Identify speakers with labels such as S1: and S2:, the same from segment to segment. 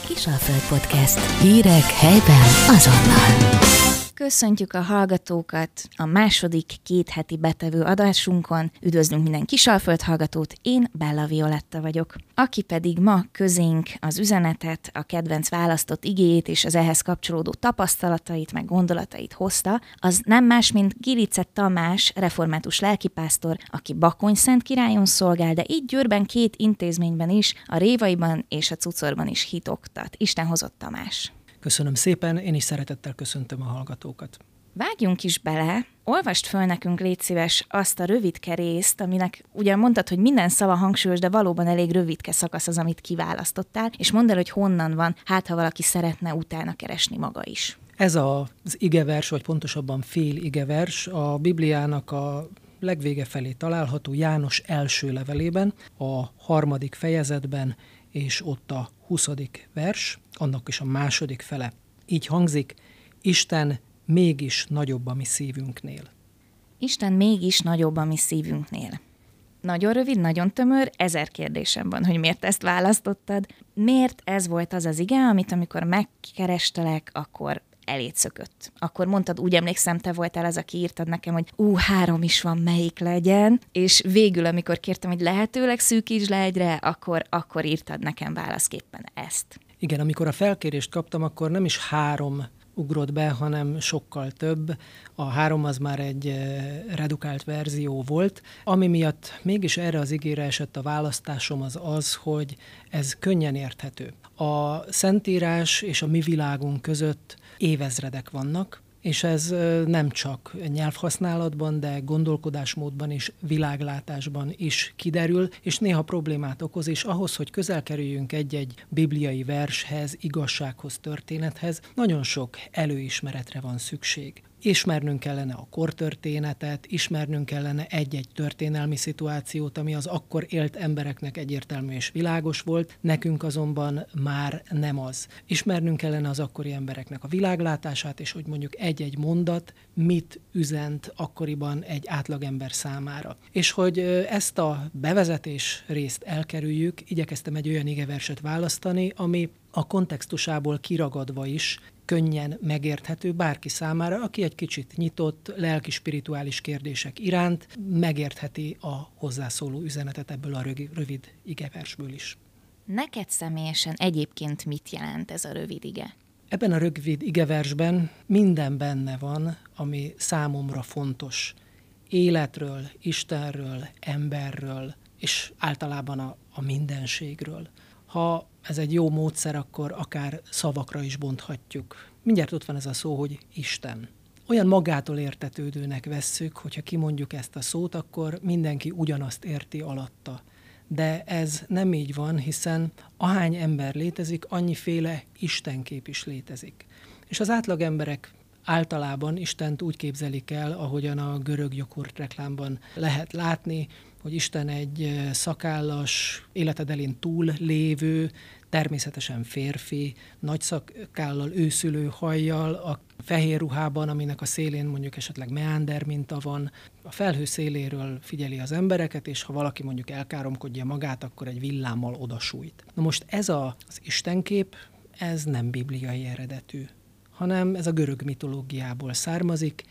S1: Kisalföld Podcast. Hírek helyben azonnal.
S2: Köszöntjük a hallgatókat a második kétheti betevő adásunkon. Üdvözlünk minden Kisalföld hallgatót, én Bella Violetta vagyok. Aki pedig ma közénk az üzenetet, a kedvenc választott igéjét és az ehhez kapcsolódó tapasztalatait meg gondolatait hozta, az nem más, mint Gilice Tamás, református lelkipásztor, aki Bakony-Szentkirályon szolgál, de itt Győrben 2 intézményben is, a Révaiban és a Cucorban is hitoktat. Isten hozott, Tamás!
S3: Köszönöm szépen, én is szeretettel köszöntöm a hallgatókat.
S2: Vágjunk is bele, olvast föl nekünk, légy szíves, azt a rövidke részt, aminek ugyan mondtad, hogy minden szava hangsúlyos, de valóban elég rövidke szakasz az, amit kiválasztottál, és mondd el, hogy honnan van, hát ha valaki szeretne utána keresni maga is.
S3: Ez az igevers, vagy pontosabban fél igevers a Bibliának a legvége felé található János első levelében, a 3. fejezetben, és ott a 20. vers, annak is a második fele. Így hangzik: Isten mégis nagyobb a mi szívünknél.
S2: Isten mégis nagyobb a mi szívünknél. Nagyon rövid, nagyon tömör, 1000 kérdésem van, hogy miért ezt választottad. Miért ez volt az az ige, amit amikor megkerestelek, akkor elét szökött. Akkor mondtad, úgy emlékszem, te voltál az, aki írtad nekem, hogy 3 is van, melyik legyen, és végül, amikor kértem, hogy lehetőleg szűkítsd le egyre, akkor írtad nekem válaszképpen ezt.
S3: Igen, amikor a felkérést kaptam, akkor nem is 3 ugrott be, hanem sokkal több. A 3 az már egy redukált verzió volt. Ami miatt mégis erre az igére esett a választásom az, hogy ez könnyen érthető. A Szentírás és a mi világunk között évezredek vannak, és ez nem csak nyelvhasználatban, de gondolkodásmódban és világlátásban is kiderül, és néha problémát okoz, és ahhoz, hogy közel kerüljünk egy-egy bibliai vershez, igazsághoz, történethez, nagyon sok előismeretre van szükség. Ismernünk kellene a kortörténetet, ismernünk kellene egy-egy történelmi szituációt, ami az akkor élt embereknek egyértelmű és világos volt, nekünk azonban már nem az. Ismernünk kellene az akkori embereknek a világlátását, és hogy mondjuk egy-egy mondat mit üzent akkoriban egy átlagember számára. És hogy ezt a bevezetés részt elkerüljük, igyekeztem egy olyan igeverset választani, ami a kontextusából kiragadva is könnyen megérthető bárki számára, aki egy kicsit nyitott, lelki-spirituális kérdések iránt megértheti a hozzászóló üzenetet ebből a rövid igeversből is.
S2: Neked személyesen egyébként mit jelent ez a rövid ige?
S3: Ebben a rövid igeversben minden benne van, ami számomra fontos. Életről, Istenről, emberről, és általában a mindenségről. Ha ez egy jó módszer, akkor akár szavakra is bonthatjuk. Mindjárt ott van ez a szó, hogy Isten. Olyan magától értetődőnek vesszük, hogyha kimondjuk ezt a szót, akkor mindenki ugyanazt érti alatta. De ez nem így van, hiszen ahány ember létezik, annyiféle istenkép is létezik. És az átlag emberek általában Istent úgy képzelik el, ahogyan a görög joghurt reklámban lehet látni, hogy Isten egy szakállas, életed elén túl lévő, természetesen férfi, nagy szakállal, őszülő hajjal, a fehér ruhában, aminek a szélén mondjuk esetleg meander minta van, a felhő széléről figyeli az embereket, és ha valaki mondjuk elkáromkodja magát, akkor egy villámmal odasújt. Na most ez az istenkép, ez nem bibliai eredetű, hanem ez a görög mitológiából származik,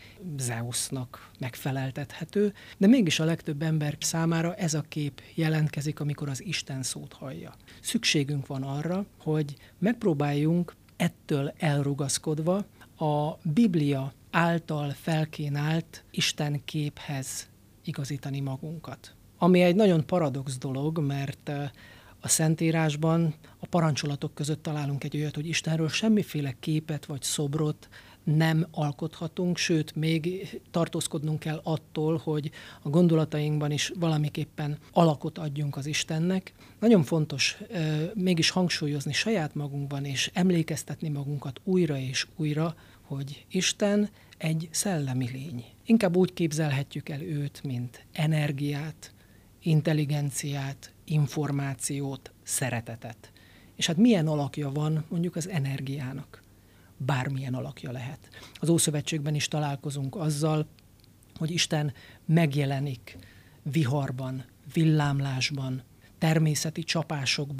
S3: Zeusnak megfeleltethető, de mégis a legtöbb ember számára ez a kép jelentkezik, amikor az Isten szót hallja. Szükségünk van arra, hogy megpróbáljunk ettől elrugaszkodva a Biblia által felkínált Isten képhez igazítani magunkat. Ami egy nagyon paradox dolog, mert a Szentírásban a parancsolatok között találunk egy olyat, hogy Istenről semmiféle képet vagy szobrot nem alkothatunk, sőt, még tartózkodnunk kell attól, hogy a gondolatainkban is valamiképpen alakot adjunk az Istennek. Nagyon fontos mégis hangsúlyozni saját magunkban és emlékeztetni magunkat újra és újra, hogy Isten egy szellemi lény. Inkább úgy képzelhetjük el őt, mint energiát, intelligenciát, információt, szeretetet. És hát milyen alakja van mondjuk az energiának? Bármilyen alakja lehet. Az Ószövetségben is találkozunk azzal, hogy Isten megjelenik viharban, villámlásban, természeti csapásokban,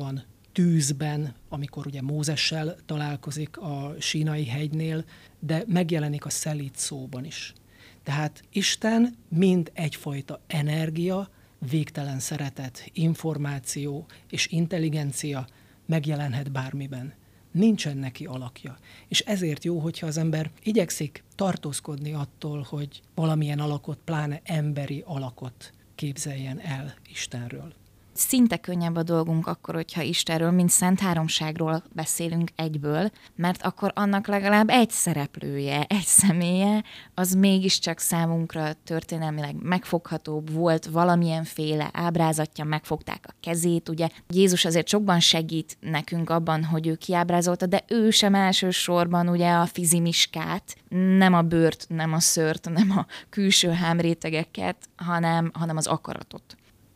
S3: tűzben, amikor ugye Mózessel találkozik a Sínai hegynél, de megjelenik a szelíd szóban is. Tehát Isten mind egyfajta energia, végtelen szeretet, információ és intelligencia megjelenhet bármiben. Nincsen neki alakja. És ezért jó, hogyha az ember igyekszik tartózkodni attól, hogy valamilyen alakot, pláne emberi alakot képzeljen el Istenről.
S2: Szinte könnyebb a dolgunk akkor, hogyha Istenről, mint Szent Háromságról beszélünk egyből, mert akkor annak legalább egy szereplője, egy személye, az mégiscsak számunkra történelmileg megfoghatóbb volt, valamilyenféle ábrázatja, megfogták a kezét, ugye. Jézus azért sokban segít nekünk abban, hogy ő kiábrázolta, de ő sem elsősorban ugye a fizimiskát, nem a bőrt, nem a szőrt, nem a külső hámrétegeket, hanem az akaratot.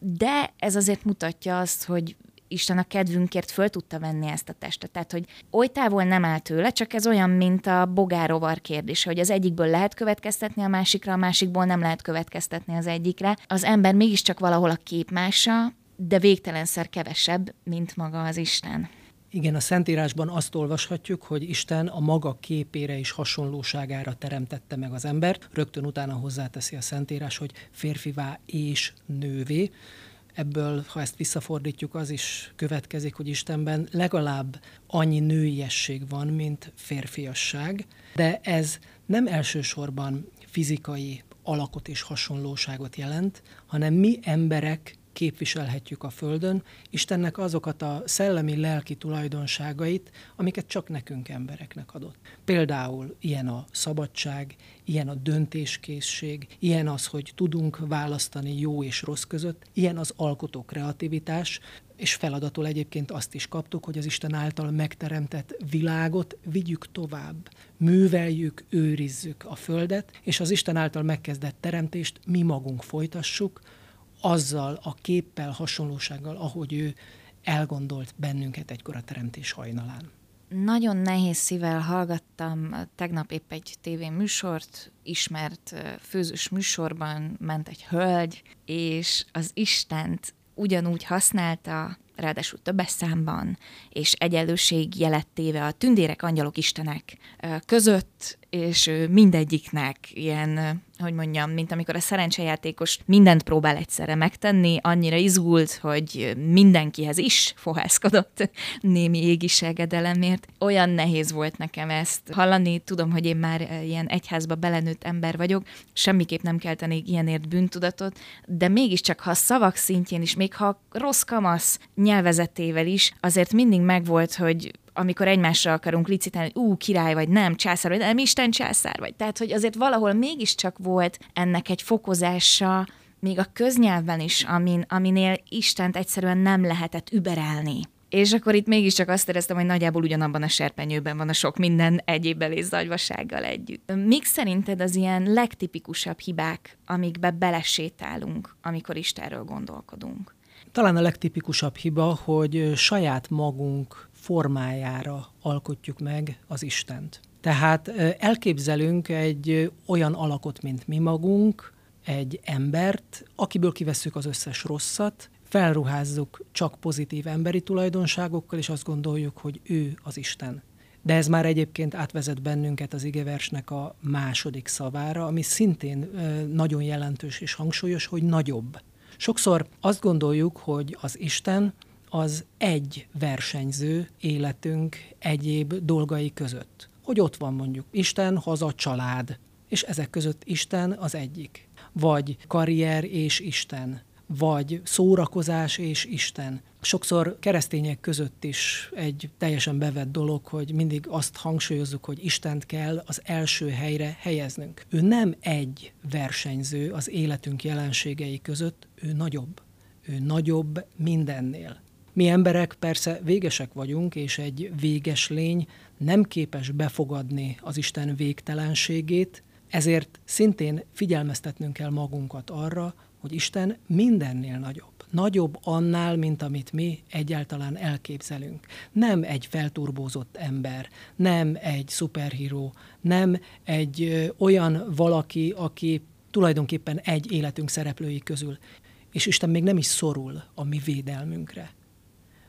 S2: De ez azért mutatja azt, hogy Isten a kedvünkért föl tudta venni ezt a testet. Tehát, hogy oly távol nem áll tőle, csak ez olyan, mint a bogárovar kérdése, hogy az egyikből lehet következtetni a másikra, a másikból nem lehet következtetni az egyikre. Az ember mégiscsak valahol a képmása, de végtelenszer kevesebb, mint maga az Isten.
S3: Igen, a Szentírásban azt olvashatjuk, hogy Isten a maga képére és hasonlóságára teremtette meg az embert. Rögtön utána hozzáteszi a Szentírás, hogy férfivá és nővé. Ebből, ha ezt visszafordítjuk, az is következik, hogy Istenben legalább annyi nőiesség van, mint férfiasság, de ez nem elsősorban fizikai alakot és hasonlóságot jelent, hanem mi emberek képviselhetjük a Földön Istennek azokat a szellemi, lelki tulajdonságait, amiket csak nekünk embereknek adott. Például ilyen a szabadság, ilyen a döntéskészség, ilyen az, hogy tudunk választani jó és rossz között, ilyen az alkotó kreativitás, és feladatul egyébként azt is kaptuk, hogy az Isten által megteremtett világot vigyük tovább, műveljük, őrizzük a Földet, és az Isten által megkezdett teremtést mi magunk folytassuk, azzal a képpel, hasonlósággal, ahogy ő elgondolt bennünket egykor a teremtés hajnalán.
S2: Nagyon nehéz szívvel hallgattam tegnap épp egy tévéműsort, ismert főzős műsorban ment egy hölgy, és az Istent ugyanúgy használta, ráadásul többes számban, és egyenlőség jelet téve a tündérek, angyalok, istenek között, és mindegyiknek ilyen, hogy mondjam, mint amikor a szerencsejátékos mindent próbál egyszerre megtenni, annyira izgult, hogy mindenkihez is fohászkodott némi égi segedelemért. Olyan nehéz volt nekem ezt hallani, tudom, hogy én már ilyen egyházba belenőtt ember vagyok, semmiképp nem keltenék ilyenért bűntudatot, de mégiscsak, ha a szavak szintjén is, még ha rossz kamasz nyelvezetével is, azért mindig megvolt, hogy amikor egymásra akarunk licitálni, hogy király vagy nem, császár vagy nem, Isten császár vagy. Tehát, hogy azért valahol mégiscsak volt ennek egy fokozása, még a köznyelvben is, aminél Istent egyszerűen nem lehetett überelni. És akkor itt mégiscsak azt éreztem, hogy nagyjából ugyanabban a serpenyőben van a sok minden egyébbel és zagyvasággal együtt. Mik szerinted az ilyen legtipikusabb hibák, amikbe belesétálunk, amikor Istenről gondolkodunk?
S3: Talán a legtipikusabb hiba, hogy saját magunk formájára alkotjuk meg az Istent. Tehát elképzelünk egy olyan alakot, mint mi magunk, egy embert, akiből kivesszük az összes rosszat, felruházzuk csak pozitív emberi tulajdonságokkal, és azt gondoljuk, hogy ő az Isten. De ez már egyébként átvezet bennünket az igeversnek a második szavára, ami szintén nagyon jelentős és hangsúlyos, hogy nagyobb. Sokszor azt gondoljuk, hogy az Isten az egy versenyző életünk egyéb dolgai között. Hogy ott van mondjuk Isten, haza, család, és ezek között Isten az egyik. Vagy karrier és Isten, vagy szórakozás és Isten. Sokszor keresztények között is egy teljesen bevett dolog, hogy mindig azt hangsúlyozzuk, hogy Istent kell az első helyre helyeznünk. Ő nem egy versenyző az életünk jelenségei között, ő nagyobb. Ő nagyobb mindennél. Mi emberek persze végesek vagyunk, és egy véges lény nem képes befogadni az Isten végtelenségét, ezért szintén figyelmeztetnünk kell magunkat arra, hogy Isten mindennél nagyobb. Nagyobb annál, mint amit mi egyáltalán elképzelünk. Nem egy felturbózott ember, nem egy szuperhíró, nem egy olyan valaki, aki tulajdonképpen egy életünk szereplői közül. És Isten még nem is szorul a mi védelmünkre.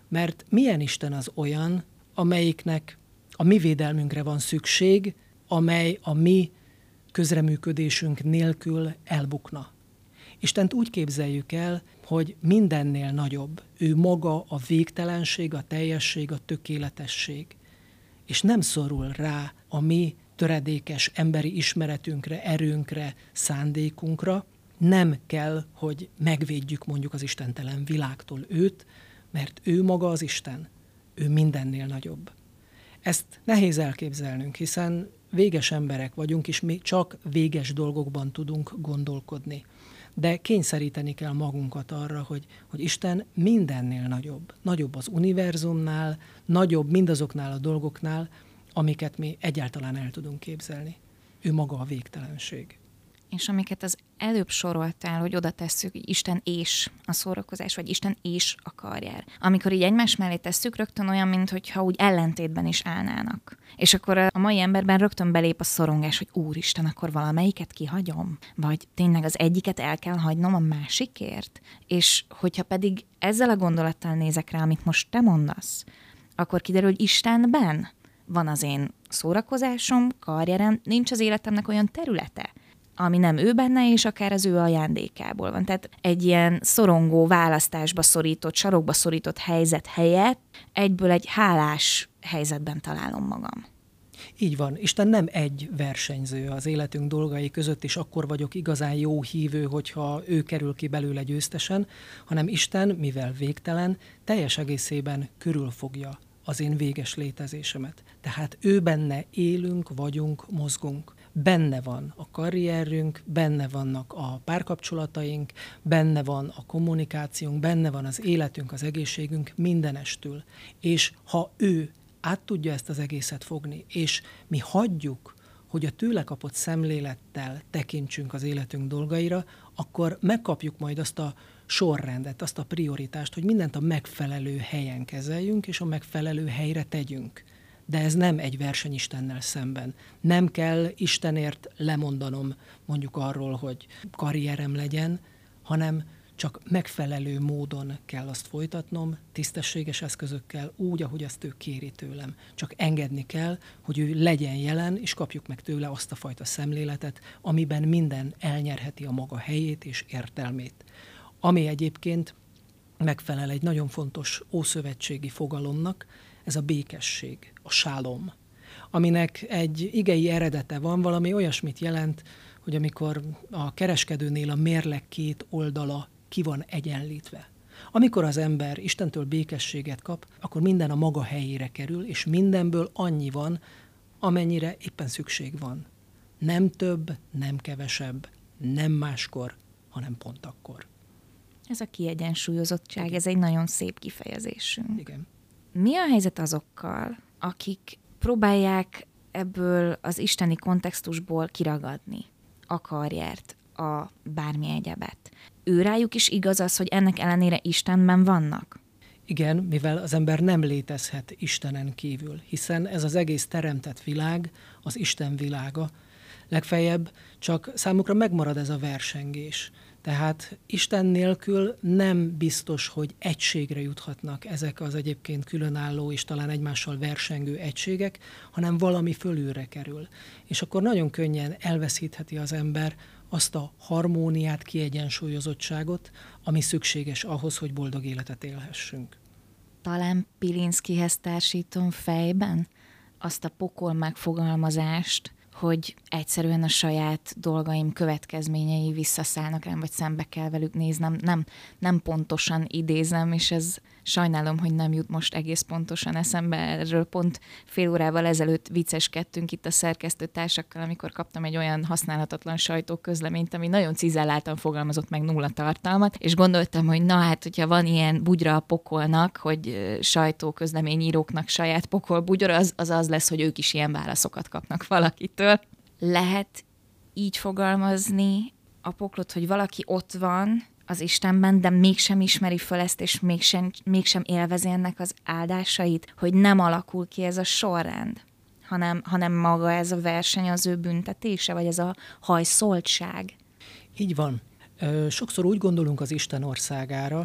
S3: Mert milyen Isten az olyan, amelyiknek a mi védelmünkre van szükség, amely a mi közreműködésünk nélkül elbukna. Istent úgy képzeljük el, hogy mindennél nagyobb. Ő maga a végtelenség, a teljesség, a tökéletesség. És nem szorul rá a mi töredékes emberi ismeretünkre, erőnkre, szándékunkra. Nem kell, hogy megvédjük mondjuk az istentelen világtól őt, mert ő maga az Isten. Ő mindennél nagyobb. Ezt nehéz elképzelnünk, hiszen véges emberek vagyunk, és mi csak véges dolgokban tudunk gondolkodni. De kényszeríteni kell magunkat arra, hogy Isten mindennél nagyobb. Nagyobb az univerzumnál, nagyobb mindazoknál a dolgoknál, amiket mi egyáltalán el tudunk képzelni. Ő maga a végtelenség.
S2: És amiket az előbb soroltál, hogy oda tesszük, hogy Isten és a szórakozás, vagy Isten és a karrier. Amikor így egymás mellé tesszük, rögtön olyan, mintha úgy ellentétben is állnának. És akkor a mai emberben rögtön belép a szorongás, hogy úristen, akkor valamelyiket kihagyom? Vagy tényleg az egyiket el kell hagynom a másikért? És hogyha pedig ezzel a gondolattal nézek rá, amit most te mondasz, akkor kiderül, hogy Istenben van az én szórakozásom, karrierem, nincs az életemnek olyan területe, ami nem ő benne, és akár az ő ajándékából van. Tehát egy ilyen szorongó, választásba szorított, sarokba szorított helyzet helyett egyből egy hálás helyzetben találom magam.
S3: Így van. Isten nem egy versenyző az életünk dolgai között, és akkor vagyok igazán jó hívő, hogyha ő kerül ki belőle győztesen, hanem Isten, mivel végtelen, teljes egészében körülfogja az én véges létezésemet. Tehát ő benne élünk, vagyunk, mozgunk. Benne van a karrierünk, benne vannak a párkapcsolataink, benne van a kommunikációnk, benne van az életünk, az egészségünk mindenestül. És ha ő át tudja ezt az egészet fogni, és mi hagyjuk, hogy a tőle kapott szemlélettel tekintsünk az életünk dolgaira, akkor megkapjuk majd azt a sorrendet, azt a prioritást, hogy mindent a megfelelő helyen kezeljünk, és a megfelelő helyre tegyünk. De ez nem egy verseny Istennel szemben. Nem kell Istenért lemondanom mondjuk arról, hogy karrierem legyen, hanem csak megfelelő módon kell azt folytatnom, tisztességes eszközökkel, úgy, ahogy azt ő kéri tőlem. Csak engedni kell, hogy ő legyen jelen, és kapjuk meg tőle azt a fajta szemléletet, amiben minden elnyerheti a maga helyét és értelmét. Ami egyébként megfelel egy nagyon fontos ószövetségi fogalomnak, ez a békesség, a sálom, aminek egy igei eredete van, valami olyasmit jelent, hogy amikor a kereskedőnél a mérleg két oldala ki van egyenlítve. Amikor az ember Istentől békességet kap, akkor minden a maga helyére kerül, és mindenből annyi van, amennyire éppen szükség van. Nem több, nem kevesebb, nem máskor, hanem pont akkor.
S2: Ez a kiegyensúlyozottság, ez egy nagyon szép kifejezésünk.
S3: Igen.
S2: Mi a helyzet azokkal, akik próbálják ebből az isteni kontextusból kiragadni a karriert, a bármi egyebet? Őrájuk is igaz az, hogy ennek ellenére Istenben vannak?
S3: Igen, mivel az ember nem létezhet Istenen kívül, hiszen ez az egész teremtett világ, az Isten világa, legfeljebb csak számukra megmarad ez a versengés. Tehát Isten nélkül nem biztos, hogy egységre juthatnak ezek az egyébként különálló és talán egymással versengő egységek, hanem valami fölülre kerül. És akkor nagyon könnyen elveszítheti az ember azt a harmóniát, kiegyensúlyozottságot, ami szükséges ahhoz, hogy boldog életet élhessünk.
S2: Talán Pilinszkyhez társítom fejben azt a pokol megfogalmazást, hogy egyszerűen a saját dolgaim következményei visszaszállnak rám, vagy szembe kell velük néznem. Nem pontosan idézem, és ez sajnálom, hogy nem jut most egész pontosan eszembe. Erről pont fél órával ezelőtt vicceskedtünk itt a szerkesztőtársakkal, amikor kaptam egy olyan használhatatlan sajtóközleményt, ami nagyon cizelláltan fogalmazott meg nulla tartalmat, és gondoltam, hogy na hát, hogyha van ilyen bugyra a pokolnak, hogy sajtóközleményíróknak saját pokol bugyra, az lesz, hogy ők is ilyen válaszokat kapnak valakitől. Lehet így fogalmazni a poklot, hogy valaki ott van az Istenben, de mégsem ismeri föl ezt, és mégsem élvezi ennek az áldásait, hogy nem alakul ki ez a sorrend, hanem maga ez a verseny az ő büntetése, vagy ez a hajszoltság.
S3: Így van. Sokszor úgy gondolunk az Isten országára,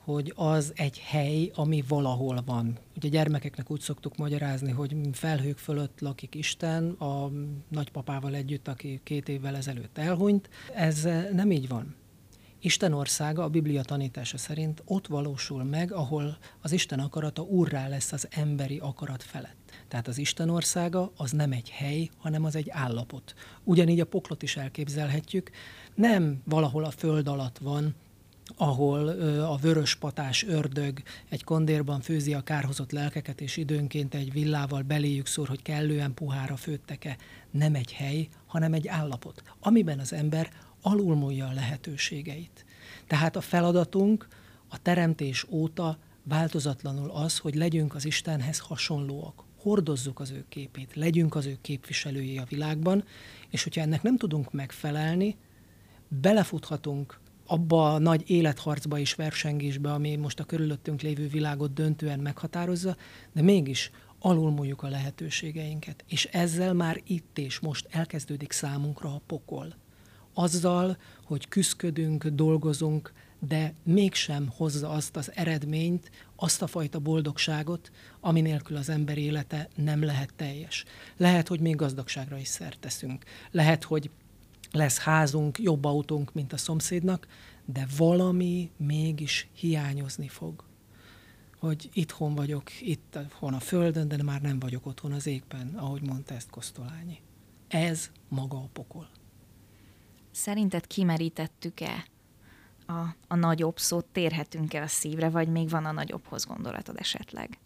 S3: hogy az egy hely, ami valahol van. Ugye gyermekeknek úgy szoktuk magyarázni, hogy felhők fölött lakik Isten, a nagypapával együtt, aki 2 évvel ezelőtt elhunyt. Ez nem így van. Isten országa a Biblia tanítása szerint ott valósul meg, ahol az Isten akarata úrrá lesz az emberi akarat felett. Tehát az Isten országa az nem egy hely, hanem az egy állapot. Ugyanígy a poklot is elképzelhetjük. Nem valahol a föld alatt van, ahol a vöröspatás ördög egy kondérban főzi a kárhozott lelkeket, és időnként egy villával beléjük szúr, hogy kellően puhára főttek-e. Nem egy hely, hanem egy állapot, amiben az ember alulmúlja a lehetőségeit. Tehát a feladatunk a teremtés óta változatlanul az, hogy legyünk az Istenhez hasonlóak, hordozzuk az ő képét, legyünk az ő képviselői a világban, és hogyha ennek nem tudunk megfelelni, belefuthatunk abba a nagy életharcba és versengésbe, ami most a körülöttünk lévő világot döntően meghatározza, de mégis alulmúljuk a lehetőségeinket. És ezzel már itt és most elkezdődik számunkra a pokol. Azzal, hogy küszködünk, dolgozunk, de mégsem hozza azt az eredményt, azt a fajta boldogságot, ami nélkül az ember élete nem lehet teljes. Lehet, hogy még gazdagságra is szert teszünk. Lehet, hogy lesz házunk, jobb autónk, mint a szomszédnak, de valami mégis hiányozni fog. Hogy itthon vagyok, itthon a földön, de már nem vagyok otthon az égben, ahogy mondta ezt Kosztolányi. Ez maga a pokol.
S2: Szerinted kimerítettük-e a nagyobb szót, térhetünk-e a szívre, vagy még van a nagyobbhoz gondolatod esetleg?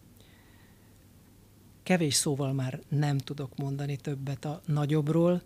S3: Kevés szóval már nem tudok mondani többet a nagyobbról,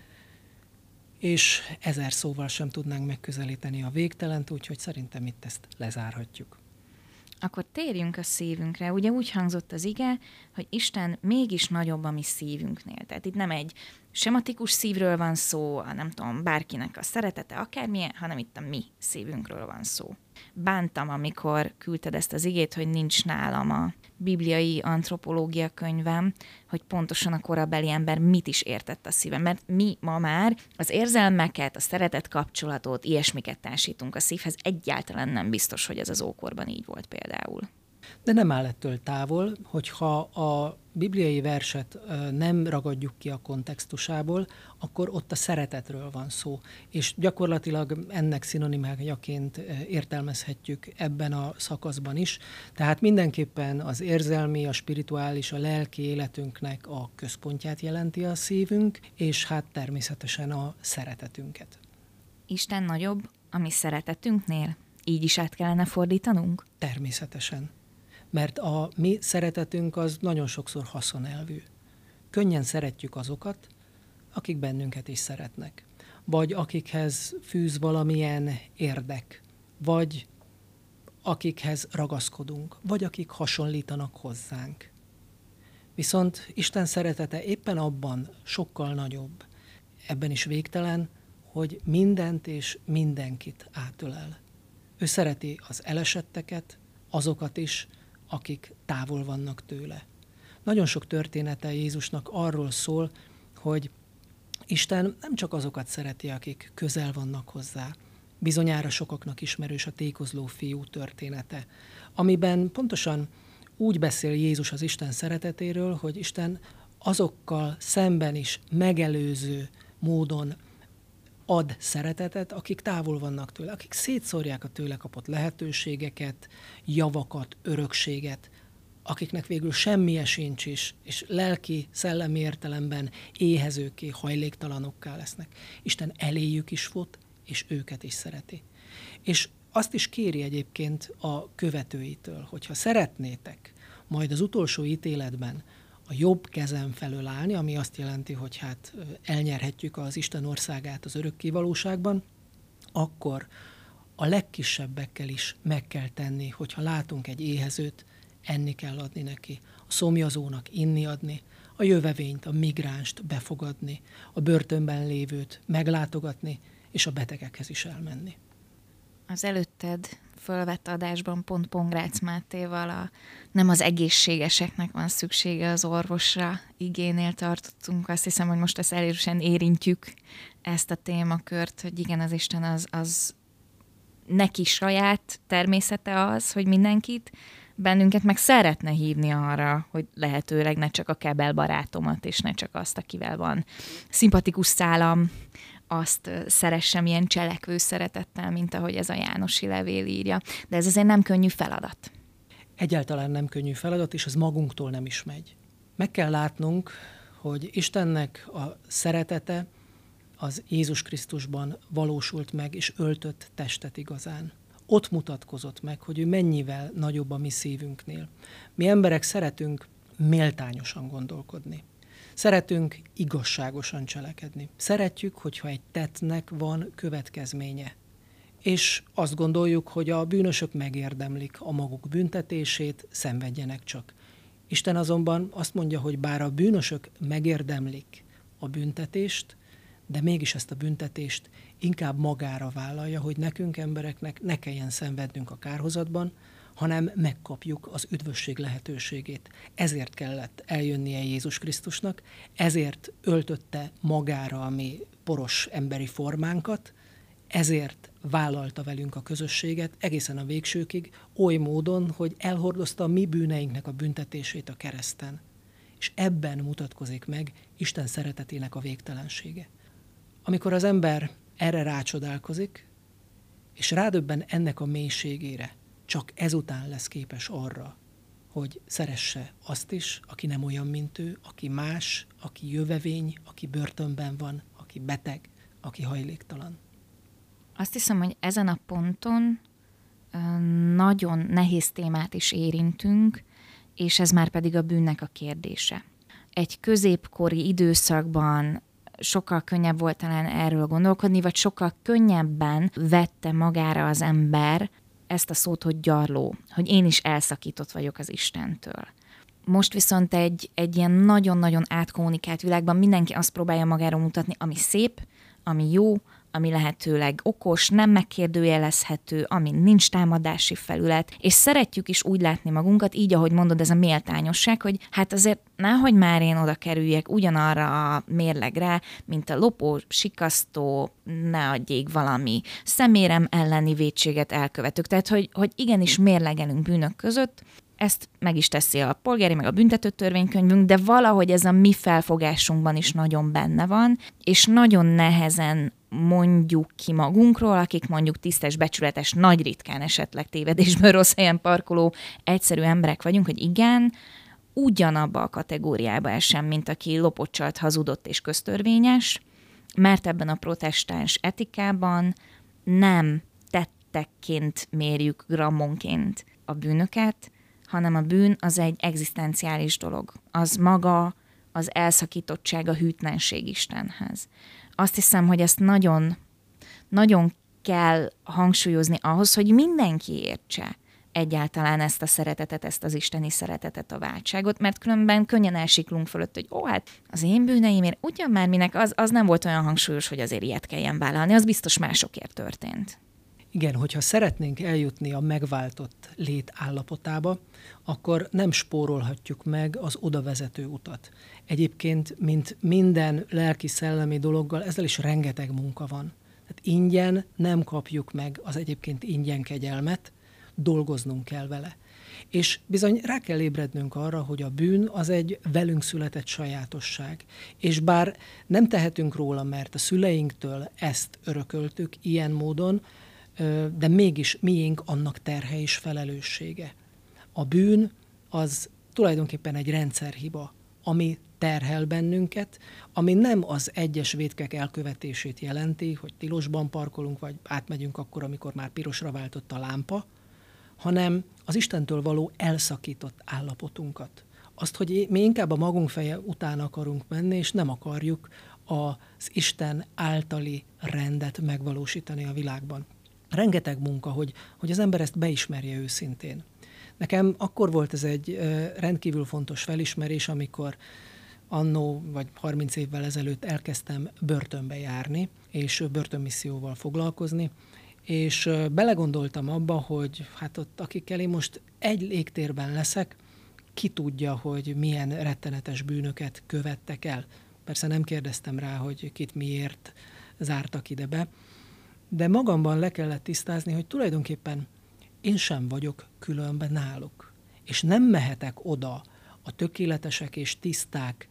S3: és 1000 szóval sem tudnánk megközelíteni a végtelent, úgyhogy szerintem itt ezt lezárhatjuk.
S2: Akkor térjünk a szívünkre. Ugye úgy hangzott az ige, hogy Isten mégis nagyobb a mi szívünknél. Tehát itt nem egy sematikus szívről van szó, nem tudom, bárkinek a szeretete, akármilyen, hanem itt a mi szívünkről van szó. Bántam, amikor küldted ezt az igét, hogy nincs nálam a bibliai antropológia könyvem, hogy pontosan a korabeli ember mit is értett a szívem. Mert mi ma már az érzelmeket, a szeretet kapcsolatot, ilyesmiket társítunk a szívhez. Egyáltalán nem biztos, hogy ez az ókorban így volt például.
S3: De nem áll ettől távol, hogyha a bibliai verset nem ragadjuk ki a kontextusából, akkor ott a szeretetről van szó. És gyakorlatilag ennek szinonimájaként értelmezhetjük ebben a szakaszban is. Tehát mindenképpen az érzelmi, a spirituális, a lelki életünknek a központját jelenti a szívünk, és hát természetesen a szeretetünket.
S2: Isten nagyobb a mi szeretetünknél? Így is át kellene fordítanunk?
S3: Természetesen. Mert a mi szeretetünk az nagyon sokszor haszonelvű. Könnyen szeretjük azokat, akik bennünket is szeretnek. Vagy akikhez fűz valamilyen érdek. Vagy akikhez ragaszkodunk. Vagy akik hasonlítanak hozzánk. Viszont Isten szeretete éppen abban sokkal nagyobb, ebben is végtelen, hogy mindent és mindenkit átölel. Ő szereti az elesetteket, azokat is, akik távol vannak tőle. Nagyon sok története Jézusnak arról szól, hogy Isten nem csak azokat szereti, akik közel vannak hozzá. Bizonyára sokaknak ismerős a tékozló fiú története, amiben pontosan úgy beszél Jézus az Isten szeretetéről, hogy Isten azokkal szemben is megelőző módon ad szeretetet, akik távol vannak tőle, akik szétszórják a tőle kapott lehetőségeket, javakat, örökséget, akiknek végül semmi sincs is, és lelki, szellemi értelemben éhezőké, hajléktalanokká lesznek. Isten eléjük is fut, és őket is szereti. És azt is kéri egyébként a követőitől, hogyha szeretnétek majd az utolsó ítéletben a jobb kezem felől állni, ami azt jelenti, hogy hát elnyerhetjük az Isten országát az örökkévalóságban, akkor a legkisebbekkel is meg kell tenni, hogyha látunk egy éhezőt, enni kell adni neki, a szomjazónak inni adni, a jövevényt, a migránst befogadni, a börtönben lévőt meglátogatni, és a betegekhez is elmenni.
S2: Az előtted fölvett adásban pont Pongrácz Mátéval nem az egészségeseknek van szüksége az orvosra igénél tartottunk. Azt hiszem, hogy most ezt erősen érintjük ezt a témakört, hogy igen, az Isten az neki saját természete az, hogy mindenkit, bennünket meg szeretne hívni arra, hogy lehetőleg ne csak a kebel barátomat, és ne csak azt, akivel van szimpatikus szálam, azt szeressem ilyen cselekvő szeretettel, mint ahogy ez a Jánosi levél írja. De ez azért nem könnyű feladat.
S3: Egyáltalán nem könnyű feladat, és ez magunktól nem is megy. Meg kell látnunk, hogy Istennek a szeretete az Jézus Krisztusban valósult meg, és öltött testet igazán. Ott mutatkozott meg, hogy ő mennyivel nagyobb a mi szívünknél. Mi emberek szeretünk méltányosan gondolkodni. Szeretünk igazságosan cselekedni. Szeretjük, hogyha egy tettnek van következménye. És azt gondoljuk, hogy a bűnösök megérdemlik a maguk büntetését, szenvedjenek csak. Isten azonban azt mondja, hogy bár a bűnösök megérdemlik a büntetést, de mégis ezt a büntetést inkább magára vállalja, hogy nekünk embereknek ne kelljen szenvednünk a kárhozatban, hanem megkapjuk az üdvösség lehetőségét. Ezért kellett eljönnie Jézus Krisztusnak, ezért öltötte magára a mi poros emberi formánkat, ezért vállalta velünk a közösséget egészen a végsőkig, oly módon, hogy elhordozta a mi bűneinknek a büntetését a kereszten. És ebben mutatkozik meg Isten szeretetének a végtelensége. Amikor az ember erre rácsodálkozik, és rádöbben ennek a mélységére, csak ezután lesz képes arra, hogy szeresse azt is, aki nem olyan, mint ő, aki más, aki jövevény, aki börtönben van, aki beteg, aki hajléktalan.
S2: Azt hiszem, hogy ezen a ponton nagyon nehéz témát is érintünk, és ez már pedig a bűnnek a kérdése. Egy középkori időszakban sokkal könnyebb volt talán erről gondolkodni, vagy sokkal könnyebben vette magára az ember ezt a szót, hogy gyarló, hogy én is elszakított vagyok az Istentől. Most viszont egy ilyen nagyon-nagyon átkommunikált világban mindenki azt próbálja magára mutatni, ami szép, ami jó, ami lehetőleg okos, nem megkérdőjelezhető, ami nincs támadási felület, és szeretjük is úgy látni magunkat, így, ahogy mondod, ez a méltányosság, hogy hát azért nehogy már én oda kerüljek ugyanarra a mérlegre, mint a lopó, sikasztó, ne adjék valami szemérem elleni vétséget elkövetők. Tehát, hogy igenis mérlegelünk bűnök között, ezt meg is teszi a polgári, meg a büntető törvénykönyvünk, de valahogy ez a mi felfogásunkban is nagyon benne van, és nagyon nehezen mondjuk ki magunkról, akik mondjuk tisztes, becsületes, nagy ritkán esetleg tévedésből rossz helyen parkoló egyszerű emberek vagyunk, hogy igen, ugyanabba a kategóriába esem, mint aki lopott, csalt, hazudott és köztörvényes, mert ebben a protestáns etikában nem tettekként mérjük grammonként a bűnöket, hanem a bűn az egy egzisztenciális dolog. Az maga az elszakítottság, a hűtlenség Istenhez. Azt hiszem, hogy ezt nagyon, nagyon kell hangsúlyozni ahhoz, hogy mindenki értse egyáltalán ezt a szeretetet, ezt az isteni szeretetet, a váltságot, mert különben könnyen elsiklunk fölött, hogy hát az én bűneimért ugyan már minek, az nem volt olyan hangsúlyos, hogy azért ilyet kelljen vállalni, az biztos másokért történt.
S3: Igen, hogyha szeretnénk eljutni a megváltott lét állapotába, akkor nem spórolhatjuk meg az oda vezető utat. Egyébként, mint minden lelki-szellemi dologgal, ezzel is rengeteg munka van. Tehát ingyen nem kapjuk meg az egyébként ingyen kegyelmet, dolgoznunk kell vele. És bizony rá kell ébrednünk arra, hogy a bűn az egy velünk született sajátosság. És bár nem tehetünk róla, mert a szüleinktől ezt örököltük ilyen módon, de mégis miénk annak terhe és felelőssége. A bűn az tulajdonképpen egy rendszerhiba, ami terhel bennünket, ami nem az egyes vétkek elkövetését jelenti, hogy tilosban parkolunk, vagy átmegyünk akkor, amikor már pirosra váltott a lámpa, hanem az Istentől való elszakított állapotunkat. Azt, hogy mi inkább a magunk feje után akarunk menni, és nem akarjuk az Isten általi rendet megvalósítani a világban. Rengeteg munka, hogy az ember ezt beismerje őszintén. Nekem akkor volt ez egy rendkívül fontos felismerés, amikor annó vagy 30 évvel ezelőtt elkezdtem börtönbe járni, és börtönmisszióval foglalkozni, és belegondoltam abba, hogy hát ott akikkel én most egy légtérben leszek, ki tudja, hogy milyen rettenetes bűnöket követtek el. Persze nem kérdeztem rá, hogy kit miért zártak ide be, De magamban le kellett tisztázni, hogy tulajdonképpen én sem vagyok különben náluk. És nem mehetek oda a tökéletesek és tiszták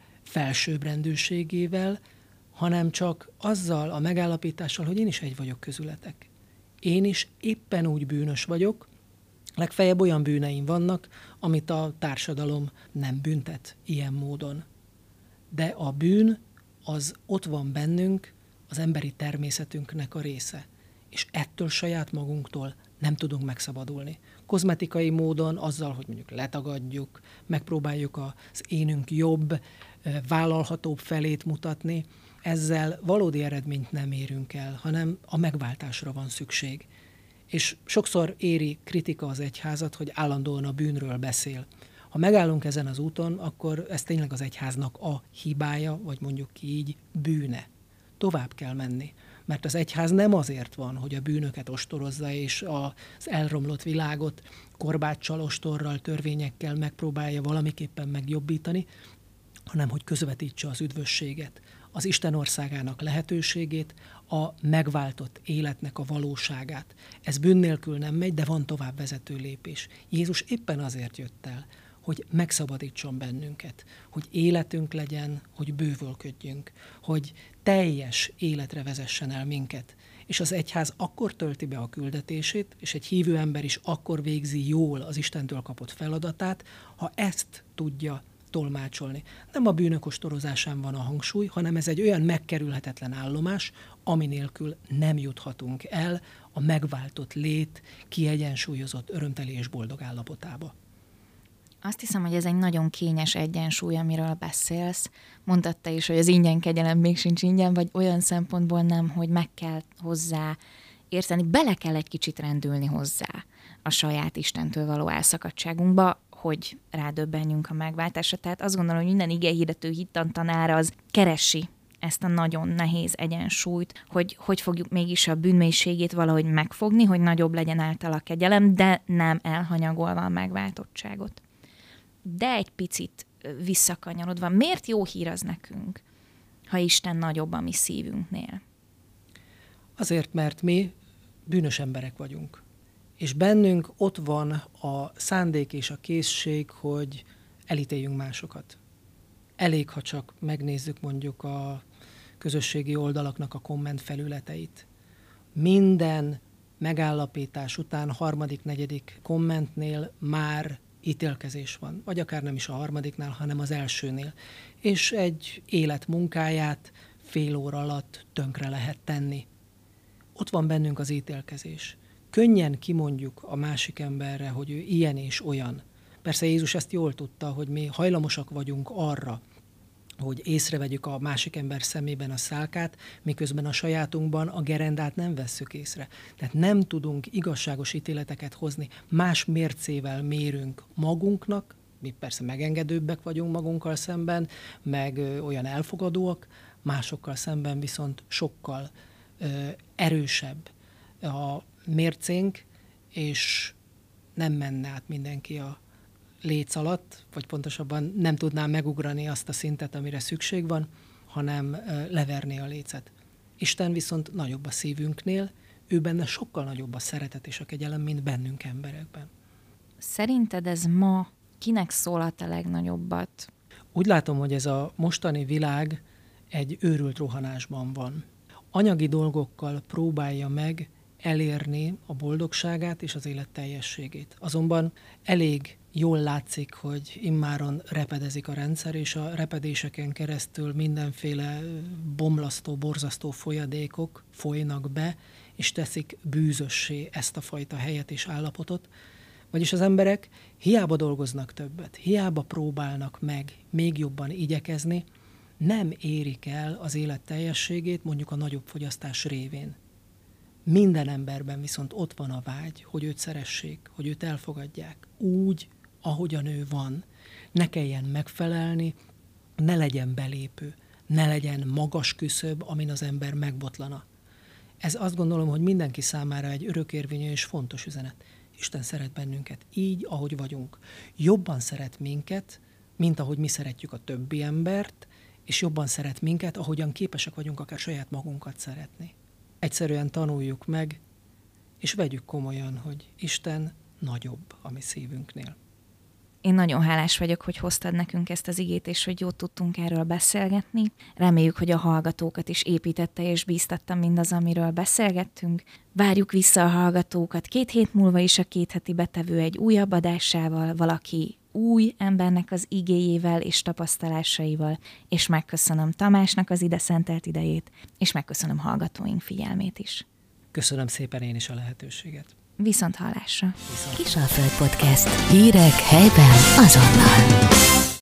S3: felsőbbrendűségével, hanem csak azzal a megállapítással, hogy én is egy vagyok közületek. Én is éppen úgy bűnös vagyok, legfeljebb olyan bűneim vannak, amit a társadalom nem büntet ilyen módon. De a bűn az ott van bennünk, az emberi természetünknek a része. És ettől saját magunktól nem tudunk megszabadulni. Kozmetikai módon, azzal, hogy mondjuk letagadjuk, megpróbáljuk az énünk jobb, vállalhatóbb felét mutatni, ezzel valódi eredményt nem érünk el, hanem a megváltásra van szükség. És sokszor éri kritika az egyházat, hogy állandóan a bűnről beszél. Ha megállunk ezen az úton, akkor ez tényleg az egyháznak a hibája, vagy mondjuk így bűne. Tovább kell menni, mert az egyház nem azért van, hogy a bűnöket ostorozza, és az elromlott világot korbáccsal, ostorral, törvényekkel megpróbálja valamiképpen megjobbítani, hanem hogy közvetítse az üdvösséget, az Isten országának lehetőségét, a megváltott életnek a valóságát. Ez bűn nélkül nem megy, de van tovább vezető lépés. Jézus éppen azért jött el, hogy megszabadítson bennünket, hogy életünk legyen, hogy bővölködjünk, hogy teljes életre vezessen el minket. És az egyház akkor tölti be a küldetését, és egy hívő ember is akkor végzi jól az Istentől kapott feladatát, ha ezt tudja tolmácsolni. Nem a bűnök ostorozásán van a hangsúly, hanem ez egy olyan megkerülhetetlen állomás, ami nélkül nem juthatunk el a megváltott lét, kiegyensúlyozott, örömteli és boldog állapotába.
S2: Azt hiszem, hogy ez egy nagyon kényes egyensúly, amiről beszélsz. Mondtad te is, hogy az ingyen kegyelem még sincs ingyen, vagy olyan szempontból nem, hogy meg kell hozzá érteni, bele kell egy kicsit rendülni hozzá a saját Istentől való elszakadtságunkba, hogy rádöbbenjünk a megváltásra. Tehát azt gondolom, hogy minden igehirdető hittantanár az keresi ezt a nagyon nehéz egyensúlyt, hogy fogjuk mégis a bűnmélységét valahogy megfogni, hogy nagyobb legyen által a kegyelem, de nem elhanyagolva a megváltottságot. De egy picit visszakanyarodva, miért jó hír az nekünk, ha Isten nagyobb a mi szívünknél?
S3: Azért, mert mi bűnös emberek vagyunk. És bennünk ott van a szándék és a készség, hogy elítéljünk másokat. Elég, ha csak megnézzük mondjuk a közösségi oldalaknak a komment felületeit. Minden megállapítás után harmadik, negyedik kommentnél már ítélkezés van, vagy akár nem is a harmadiknál, hanem az elsőnél. És egy élet munkáját fél óra alatt tönkre lehet tenni. Ott van bennünk az ítélkezés. Könnyen kimondjuk a másik emberre, hogy ő ilyen és olyan. Persze Jézus ezt jól tudta, hogy mi hajlamosak vagyunk arra, hogy észrevegyük a másik ember szemében a szálkát, miközben a sajátunkban a gerendát nem vesszük észre. Tehát nem tudunk igazságos ítéleteket hozni, más mércével mérünk magunknak, mi persze megengedőbbek vagyunk magunkkal szemben, meg olyan elfogadóak, másokkal szemben viszont sokkal erősebb a mércénk, és nem menne át mindenki a léc alatt, vagy pontosabban nem tudná megugrani azt a szintet, amire szükség van, hanem leverné a lécet. Isten viszont nagyobb a szívünknél, ő benne sokkal nagyobb a szeretet és a kegyelem, mint bennünk emberekben.
S2: Szerinted ez ma kinek szólhat a legnagyobbat?
S3: Úgy látom, hogy ez a mostani világ egy őrült rohanásban van. Anyagi dolgokkal próbálja meg elérni a boldogságát és az élet teljességét. Azonban elég jól látszik, hogy immáron repedezik a rendszer, és a repedéseken keresztül mindenféle bomlasztó, borzasztó folyadékok folynak be, és teszik bűzössé ezt a fajta helyet és állapotot. Vagyis az emberek hiába dolgoznak többet, hiába próbálnak meg még jobban igyekezni, nem érik el az élet teljességét mondjuk a nagyobb fogyasztás révén. Minden emberben viszont ott van a vágy, hogy őt szeressék, hogy őt elfogadják úgy, ahogyan ő van. Ne kelljen megfelelni, ne legyen belépő, ne legyen magas küszöb, amin az ember megbotlana. Ez azt gondolom, hogy mindenki számára egy örökérvényű és fontos üzenet. Isten szeret bennünket így, ahogy vagyunk. Jobban szeret minket, mint ahogy mi szeretjük a többi embert, és jobban szeret minket, ahogyan képesek vagyunk akár saját magunkat szeretni. Egyszerűen tanuljuk meg, és vegyük komolyan, hogy Isten nagyobb a mi szívünknél.
S2: Én nagyon hálás vagyok, hogy hoztad nekünk ezt az igét, és hogy jót tudtunk erről beszélgetni. Reméljük, hogy a hallgatókat is építette és bíztatta mindaz, amiről beszélgettünk. Várjuk vissza a hallgatókat 2 hét múlva is a 2 heti betevő egy újabb adásával, valaki új embernek az igéjével és tapasztalásaival, és megköszönöm Tamásnak az ide szentelt idejét, és megköszönöm hallgatóink figyelmét is.
S3: Köszönöm szépen én is a lehetőséget.
S2: Viszont hallásra!
S1: Kisalföld Podcast. Hírek helyben azonnal.